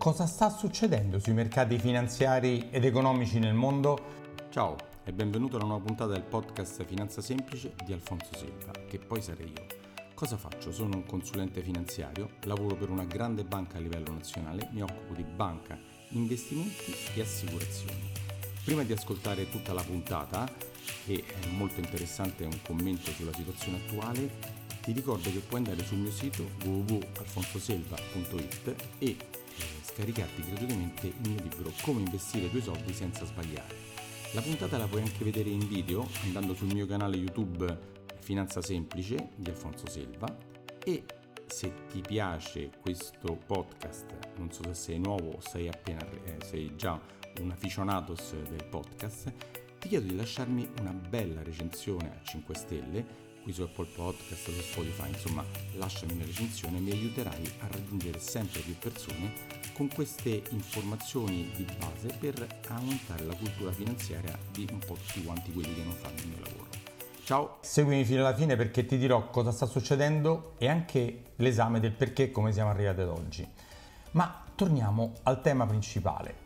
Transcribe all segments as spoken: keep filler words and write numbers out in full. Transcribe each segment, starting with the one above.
cosa sta succedendo sui mercati finanziari ed economici nel mondo? Ciao e benvenuto a una nuova puntata del podcast Finanza Semplice di Alfonso Selva, che poi sarei io. Cosa faccio? Sono un consulente finanziario, lavoro per una grande banca a livello nazionale, mi occupo di banca, investimenti e assicurazioni. Prima di ascoltare tutta la puntata, e è molto interessante un commento sulla situazione attuale, ti ricordo che puoi andare sul mio sito w w w punto alfonsoselva punto it e eh, scaricarti gratuitamente il mio libro Come investire i tuoi soldi senza sbagliare. La puntata la puoi anche vedere in video andando sul mio canale YouTube Finanza Semplice di Alfonso Selva, e se ti piace questo podcast, non so se sei nuovo o sei appena eh, sei già un aficionados del podcast, ti chiedo di lasciarmi una bella recensione a cinque stelle qui su Apple Podcast, su Spotify, insomma lasciami una recensione, mi aiuterai a raggiungere sempre più persone con queste informazioni di base per aumentare la cultura finanziaria di un po' tutti quanti quelli che non fanno il mio lavoro. Ciao! Seguimi fino alla fine perché ti dirò cosa sta succedendo e anche l'esame del perché e come siamo arrivati ad oggi. Ma torniamo al tema principale.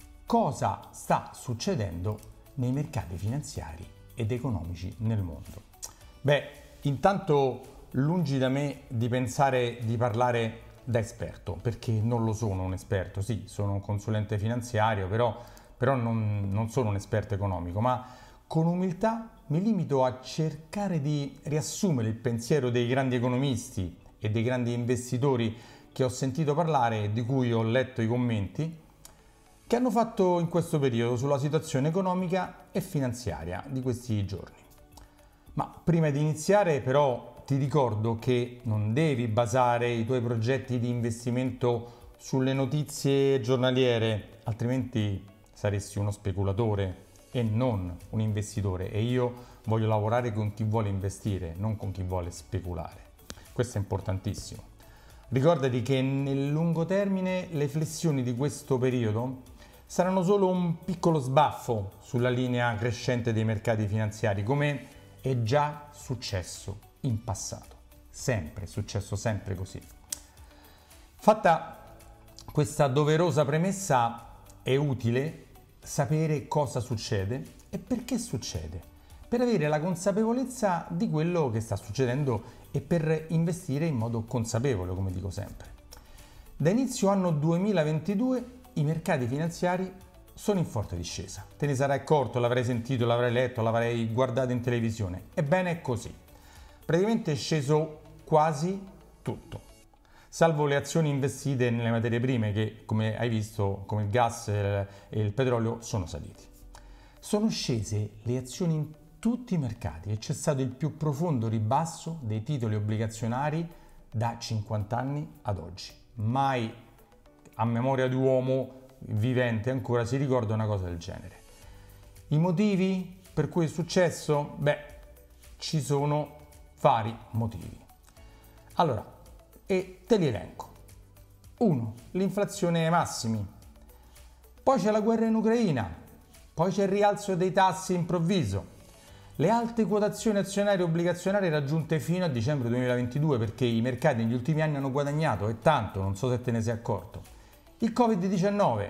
Cosa sta succedendo nei mercati finanziari ed economici nel mondo? Beh, intanto lungi da me di pensare di parlare da esperto, perché non lo sono un esperto, sì, sono un consulente finanziario, però, però non, non sono un esperto economico, ma con umiltà mi limito a cercare di riassumere il pensiero dei grandi economisti e dei grandi investitori che ho sentito parlare e di cui ho letto i commenti, che hanno fatto in questo periodo sulla situazione economica e finanziaria di questi giorni. Ma prima di iniziare però ti ricordo che non devi basare i tuoi progetti di investimento sulle notizie giornaliere, altrimenti saresti uno speculatore e non un investitore, e io voglio lavorare con chi vuole investire, non con chi vuole speculare. Questo è importantissimo. Ricordati che nel lungo termine le flessioni di questo periodo saranno solo un piccolo sbaffo sulla linea crescente dei mercati finanziari, come è già successo in passato. Sempre, è successo sempre così. Fatta questa doverosa premessa, è utile sapere cosa succede e perché succede, per avere la consapevolezza di quello che sta succedendo e per investire in modo consapevole, come dico sempre. Da inizio anno duemilaventidue i mercati finanziari sono in forte discesa. Te ne sarai accorto, l'avrai sentito, l'avrai letto, l'avrai guardato in televisione. Ebbene è così. Praticamente è sceso quasi tutto, salvo le azioni investite nelle materie prime che, come hai visto, come il gas e il petrolio, sono saliti. Sono scese le azioni in tutti i mercati e c'è stato il più profondo ribasso dei titoli obbligazionari da cinquanta anni ad oggi. Mai a memoria di uomo vivente ancora si ricorda una cosa del genere. I motivi per cui è successo? Beh, ci sono vari motivi. Allora, e te li elenco. uno. L'inflazione ai massimi. Poi c'è la guerra in Ucraina. Poi c'è il rialzo dei tassi improvviso. Le alte quotazioni azionarie e obbligazionarie raggiunte fino a dicembre duemilaventidue, perché i mercati negli ultimi anni hanno guadagnato, e tanto, non so se te ne sei accorto. Il covid diciannove,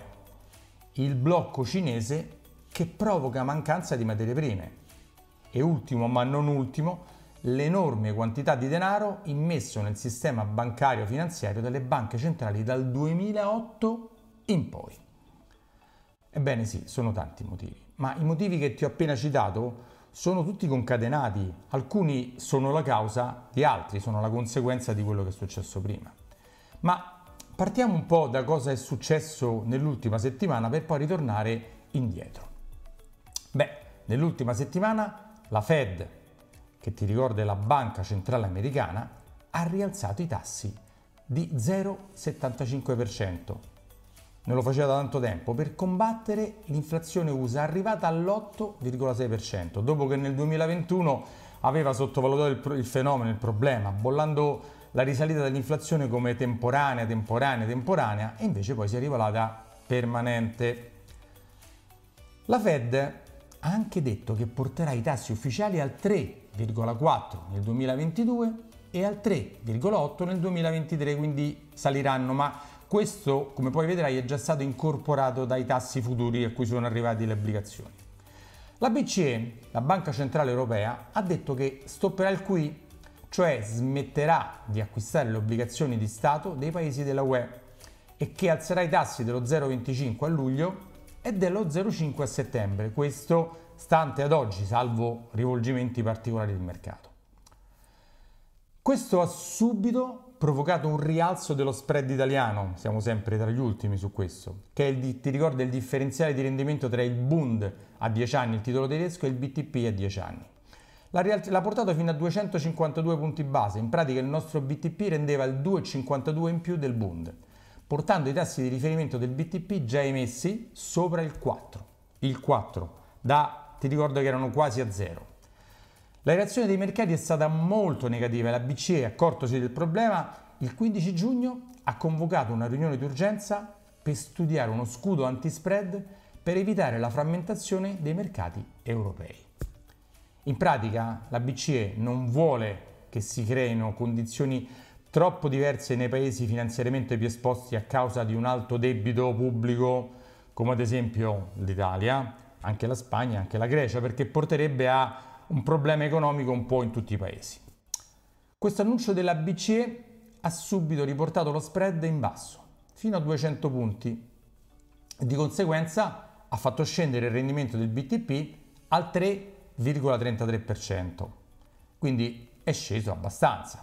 il blocco cinese che provoca mancanza di materie prime e ultimo ma non ultimo l'enorme quantità di denaro immesso nel sistema bancario finanziario dalle banche centrali dal duemilaotto in poi. Ebbene sì, sono tanti motivi, ma i motivi che ti ho appena citato sono tutti concatenati, alcuni sono la causa di altri, sono la conseguenza di quello che è successo prima. Ma partiamo un po' da cosa è successo nell'ultima settimana per poi ritornare indietro. Beh, nell'ultima settimana la Fed, che ti ricorda è la banca centrale americana, ha rialzato i tassi di zero virgola settantacinque per cento. Non lo faceva da tanto tempo per combattere l'inflazione U S A arrivata all'otto virgola sei per cento, dopo che nel duemilaventuno aveva sottovalutato il, il fenomeno, il problema, bollando la risalita dell'inflazione come temporanea, temporanea, temporanea, e invece poi si è rivelata permanente. La Fed ha anche detto che porterà i tassi ufficiali al tre virgola quattro nel duemilaventidue e al tre virgola otto nel duemilaventitré, quindi saliranno, ma questo, come poi vedrai, è già stato incorporato dai tassi futuri a cui sono arrivate le obbligazioni. La B C E, la Banca Centrale Europea, ha detto che stopperà il Q E, cioè smetterà di acquistare le obbligazioni di Stato dei paesi della U E e che alzerà i tassi dello zero virgola venticinque a luglio e dello zero virgola cinque a settembre, questo stante ad oggi, salvo rivolgimenti particolari del mercato. Questo ha subito provocato un rialzo dello spread italiano, siamo sempre tra gli ultimi su questo, che è il, ti ricorda il differenziale di rendimento tra il Bund a dieci anni, il titolo tedesco, e il B T P a dieci anni. L'ha portato fino a duecentocinquantadue punti base, in pratica il nostro B T P rendeva il due virgola cinquantadue in più del Bund, portando i tassi di riferimento del B T P già emessi sopra il quattro, il quattro, da, ti ricordo che erano quasi a zero. La reazione dei mercati è stata molto negativa e la B C E, accortosi del problema, il quindici giugno ha convocato una riunione d'urgenza per studiare uno scudo anti-spread per evitare la frammentazione dei mercati europei. In pratica la B C E non vuole che si creino condizioni troppo diverse nei paesi finanziariamente più esposti a causa di un alto debito pubblico, come ad esempio l'Italia, anche la Spagna, anche la Grecia, perché porterebbe a un problema economico un po' in tutti i paesi. Questo annuncio della B C E ha subito riportato lo spread in basso, fino a duecento punti, e di conseguenza ha fatto scendere il rendimento del B T P al tre virgola trentatré per cento, quindi è sceso abbastanza.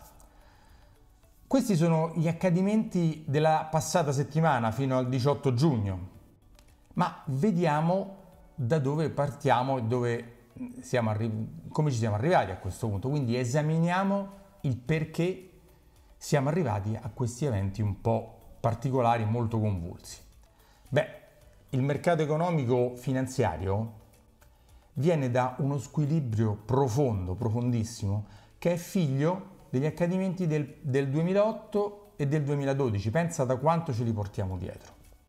Questi sono gli accadimenti della passata settimana fino al diciotto giugno, ma vediamo da dove partiamo e dove siamo arri- come ci siamo arrivati a questo punto, quindi esaminiamo il perché siamo arrivati a questi eventi un po' particolari, molto convulsi. Beh, il mercato economico finanziario viene da uno squilibrio profondo, profondissimo, che è figlio degli accadimenti del, del duemilaotto e del duemiladodici. Pensa da quanto ce li portiamo dietro.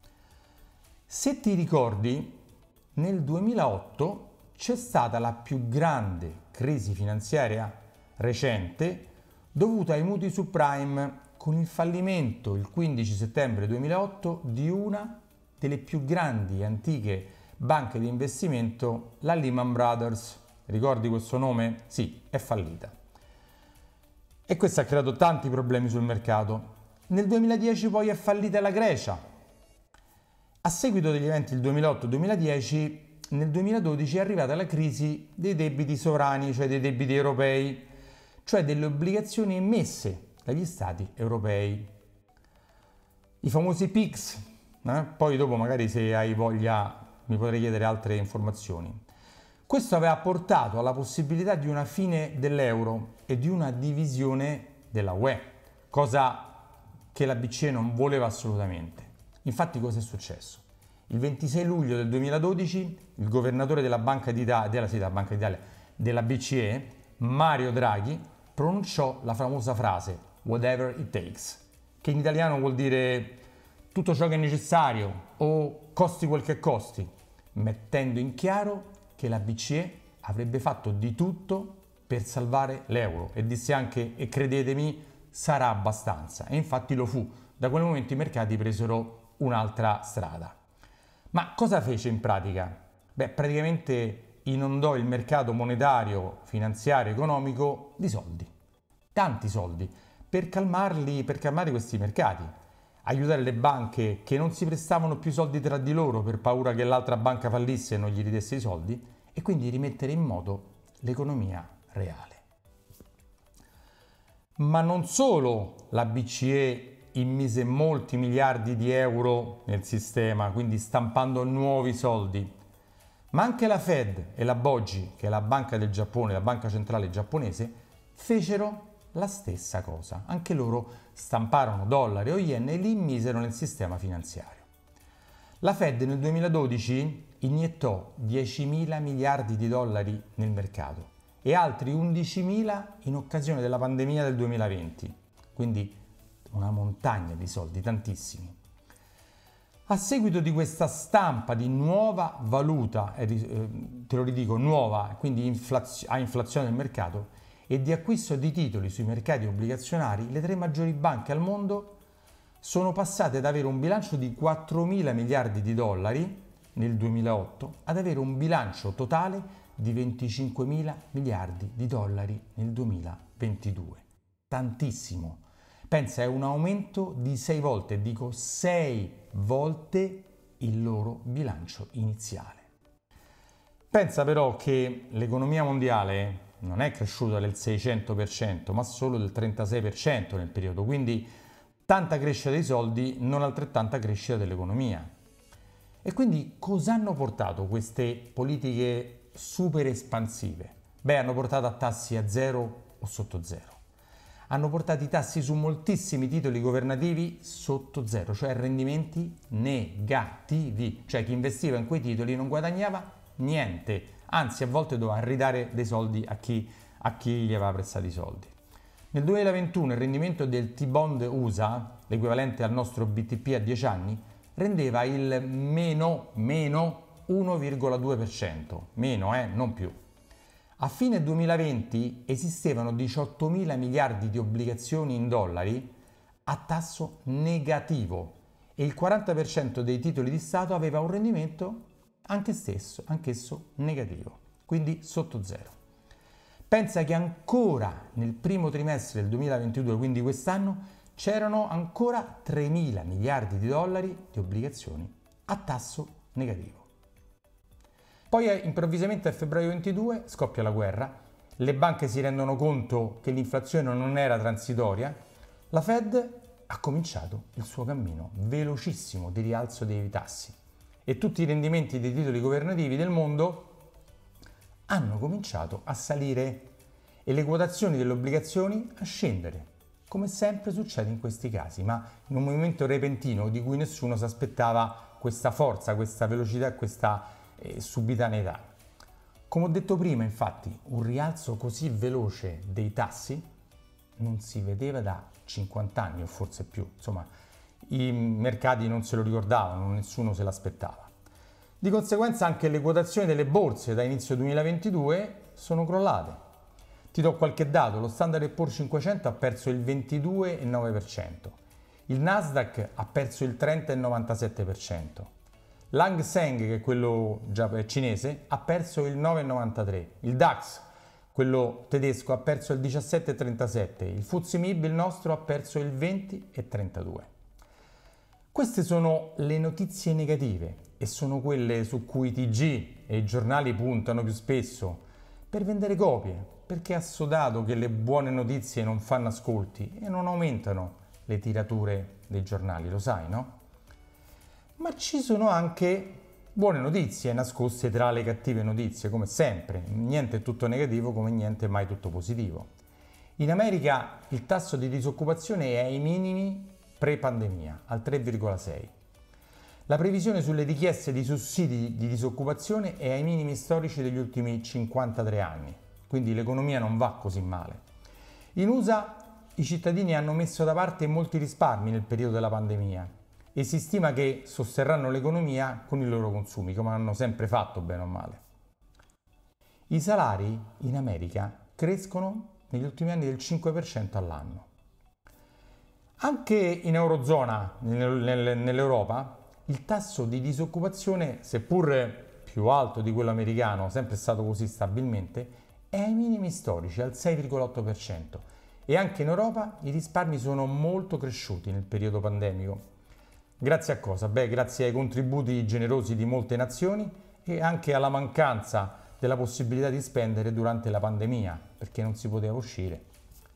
Se ti ricordi, nel duemilaotto c'è stata la più grande crisi finanziaria recente dovuta ai mutui subprime, con il fallimento il quindici settembre duemilaotto di una delle più grandi e antiche banche di investimento, la Lehman Brothers. Ricordi questo nome? Sì, è fallita. E questo ha creato tanti problemi sul mercato. Nel duemiladieci poi è fallita la Grecia. A seguito degli eventi del duemilaotto duemiladieci, nel duemiladodici è arrivata la crisi dei debiti sovrani, cioè dei debiti europei, cioè delle obbligazioni emesse dagli stati europei. I famosi P I G S, eh? Poi dopo magari se hai voglia mi potrei chiedere altre informazioni. Questo aveva portato alla possibilità di una fine dell'euro e di una divisione della U E, cosa che la B C E non voleva assolutamente. Infatti cosa è successo? Il ventisei luglio del duemiladodici il governatore della Banca d'Italia, della, sì, della Banca d'Italia, della B C E, Mario Draghi, pronunciò la famosa frase "whatever it takes", che in italiano vuol dire tutto ciò che è necessario o costi quel che costi, mettendo in chiaro che la B C E avrebbe fatto di tutto per salvare l'euro e disse anche, e credetemi, sarà abbastanza. E infatti lo fu. Da quel momento i mercati presero un'altra strada. Ma cosa fece in pratica? Beh, praticamente inondò il mercato monetario, finanziario, economico di soldi, tanti soldi, per calmarli, per calmare questi mercati, aiutare le banche che non si prestavano più soldi tra di loro per paura che l'altra banca fallisse e non gli ridesse i soldi, e quindi rimettere in moto l'economia reale. Ma non solo la B C E immise molti miliardi di euro nel sistema, quindi stampando nuovi soldi, ma anche la Fed e la B O J, che è la banca del Giappone, la banca centrale giapponese, fecero la stessa cosa. Anche loro stamparono dollari o yen e li immisero nel sistema finanziario. La Fed nel duemiladodici iniettò diecimila miliardi di dollari nel mercato e altri undicimila in occasione della pandemia del duemilaventi, quindi una montagna di soldi, tantissimi. A seguito di questa stampa di nuova valuta, eh, te lo ridico, nuova, quindi inflazio, a inflazione del mercato, e di acquisto di titoli sui mercati obbligazionari, le tre maggiori banche al mondo sono passate ad avere un bilancio di quattromila miliardi di dollari nel duemilaotto ad avere un bilancio totale di venticinquemila miliardi di dollari nel duemilaventidue. Tantissimo. Pensa, è un aumento di sei volte, dico sei volte il loro bilancio iniziale. Pensa però che l'economia mondiale non è cresciuta del seicento per cento, ma solo del trentasei per cento nel periodo, quindi tanta crescita dei soldi, non altrettanta crescita dell'economia. E quindi cosa hanno portato queste politiche super espansive? Beh, hanno portato a tassi a zero o sotto zero. Hanno portato i tassi su moltissimi titoli governativi sotto zero, cioè rendimenti negativi, cioè chi investiva in quei titoli non guadagnava niente, anzi a volte doveva ridare dei soldi a chi, a chi gli aveva prestato i soldi. Nel duemilaventuno il rendimento del T-Bond U S A, l'equivalente al nostro B T P a dieci anni, rendeva il meno, meno uno virgola due per cento, meno eh, non più. A fine duemilaventi esistevano diciottomila miliardi di obbligazioni in dollari a tasso negativo e il quaranta per cento dei titoli di Stato aveva un rendimento anche stesso, anch'esso negativo, quindi sotto zero. Pensa che ancora nel primo trimestre del duemilaventidue, quindi quest'anno, c'erano ancora tremila miliardi di dollari di obbligazioni a tasso negativo. Poi improvvisamente a febbraio ventidue scoppia la guerra, le banche si rendono conto che l'inflazione non era transitoria, la Fed ha cominciato il suo cammino velocissimo di rialzo dei tassi e tutti i rendimenti dei titoli governativi del mondo hanno cominciato a salire e le quotazioni delle obbligazioni a scendere, come sempre succede in questi casi, ma in un movimento repentino di cui nessuno si aspettava questa forza, questa velocità e questa eh, subitaneità. Come ho detto prima, infatti, un rialzo così veloce dei tassi non si vedeva da cinquanta anni o forse più, insomma i mercati non se lo ricordavano, nessuno se l'aspettava. Di conseguenza anche le quotazioni delle borse da inizio duemilaventidue sono crollate. Ti do qualche dato, lo Standard and Poor's cinquecento ha perso il ventidue virgola nove per cento, il Nasdaq ha perso il trenta virgola novantasette per cento, l'Hang Seng, che è quello cinese, ha perso il nove virgola novantatré per cento, il DAX, quello tedesco, ha perso il diciassette virgola trentasette per cento, il F T S E M I B, il nostro, ha perso il venti virgola trentadue per cento. Queste sono le notizie negative e sono quelle su cui i T G e i giornali puntano più spesso per vendere copie, perché è assodato che le buone notizie non fanno ascolti e non aumentano le tirature dei giornali, lo sai, no? Ma ci sono anche buone notizie nascoste tra le cattive notizie, come sempre. Niente è tutto negativo, come niente è mai tutto positivo. In America il tasso di disoccupazione è ai minimi pre-pandemia, al tre virgola sei per cento. La previsione sulle richieste di sussidi di disoccupazione è ai minimi storici degli ultimi cinquantatré anni, quindi l'economia non va così male. In U S A i cittadini hanno messo da parte molti risparmi nel periodo della pandemia e si stima che sosterranno l'economia con i loro consumi, come hanno sempre fatto bene o male. I salari in America crescono negli ultimi anni del cinque per cento all'anno. Anche in Eurozona, nell'Europa, il tasso di disoccupazione, seppur più alto di quello americano, sempre stato così stabilmente, è ai minimi storici, al sei virgola otto per cento. E anche in Europa i risparmi sono molto cresciuti nel periodo pandemico. Grazie a cosa? Beh, grazie ai contributi generosi di molte nazioni e anche alla mancanza della possibilità di spendere durante la pandemia, perché non si poteva uscire.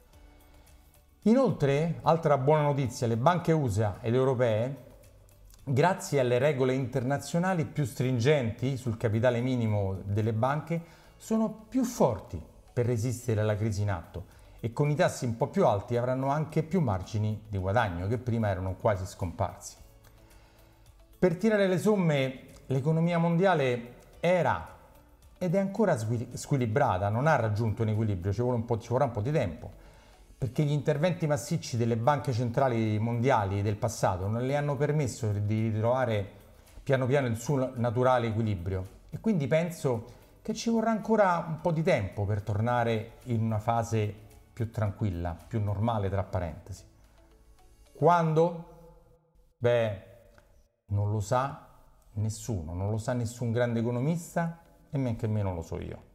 Inoltre, altra buona notizia, le banche U S A ed europee, grazie alle regole internazionali più stringenti sul capitale minimo delle banche, sono più forti per resistere alla crisi in atto e con i tassi un po' più alti avranno anche più margini di guadagno che prima erano quasi scomparsi. Per tirare le somme, l'economia mondiale era ed è ancora squilibrata, non ha raggiunto un equilibrio, ci, vuole un po', ci vorrà un po' di tempo, perché gli interventi massicci delle banche centrali mondiali del passato non le hanno permesso di ritrovare piano piano il suo naturale equilibrio e quindi penso che ci vorrà ancora un po' di tempo per tornare in una fase più tranquilla, più normale tra parentesi. Quando? Beh, non lo sa nessuno, non lo sa nessun grande economista e men che meno lo so io.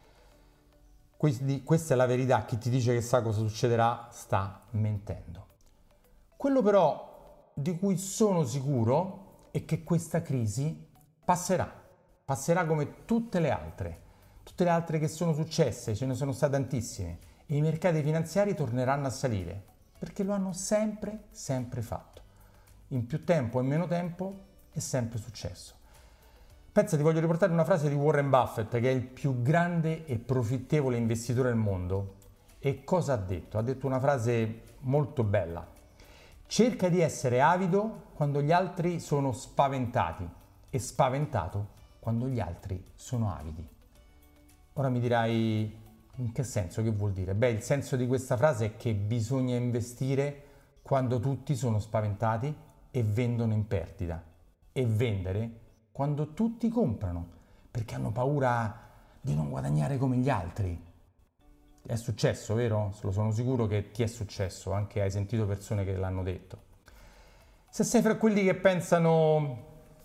Quindi questa è la verità, chi ti dice che sa cosa succederà sta mentendo. Quello però di cui sono sicuro è che questa crisi passerà, passerà come tutte le altre, tutte le altre che sono successe, ce ne sono state tantissime, e i mercati finanziari torneranno a salire, perché lo hanno sempre, sempre fatto. In più tempo e meno tempo è sempre successo. Pensa, ti voglio riportare una frase di Warren Buffett, che è il più grande e profittevole investitore al mondo. E cosa ha detto? Ha detto una frase molto bella. Cerca di essere avido quando gli altri sono spaventati e spaventato quando gli altri sono avidi. Ora mi dirai, in che senso, che vuol dire? Beh, il senso di questa frase è che bisogna investire quando tutti sono spaventati e vendono in perdita, e vendere quando tutti comprano, perché hanno paura di non guadagnare come gli altri. È successo, vero? Lo sono sicuro che ti è successo, anche hai sentito persone che l'hanno detto. Se sei fra quelli che pensano,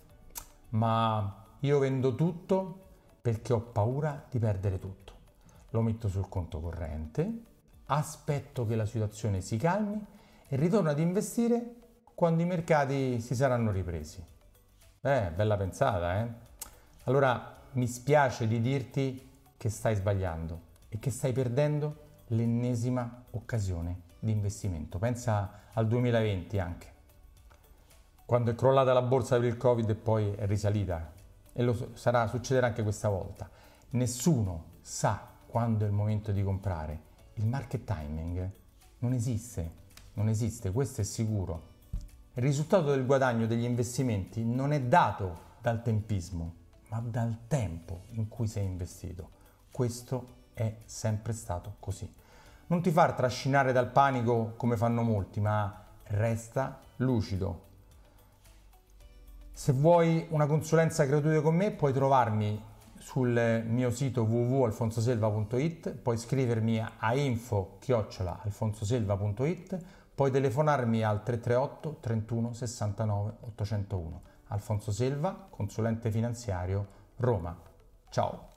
ma io vendo tutto perché ho paura di perdere tutto, lo metto sul conto corrente, aspetto che la situazione si calmi e ritorno ad investire quando i mercati si saranno ripresi. Eh, bella pensata, eh? Allora mi spiace di dirti che stai sbagliando e che stai perdendo l'ennesima occasione di investimento. Pensa al duemilaventi anche, quando è crollata la borsa per il Covid e poi è risalita. E lo sarà, succederà anche questa volta. Nessuno sa quando è il momento di comprare. Il market timing non esiste, non esiste, questo è sicuro. Il risultato del guadagno degli investimenti non è dato dal tempismo, ma dal tempo in cui sei investito. Questo è sempre stato così. Non ti far trascinare dal panico come fanno molti, ma resta lucido. Se vuoi una consulenza gratuita con me, puoi trovarmi sul mio sito w w w punto alfonsoselva punto it, puoi scrivermi a info chiocciola alfonsoselva punto it, puoi telefonarmi al tre tre otto trentuno sessantanove ottocentouno. Alfonso Selva, consulente finanziario, Roma. Ciao!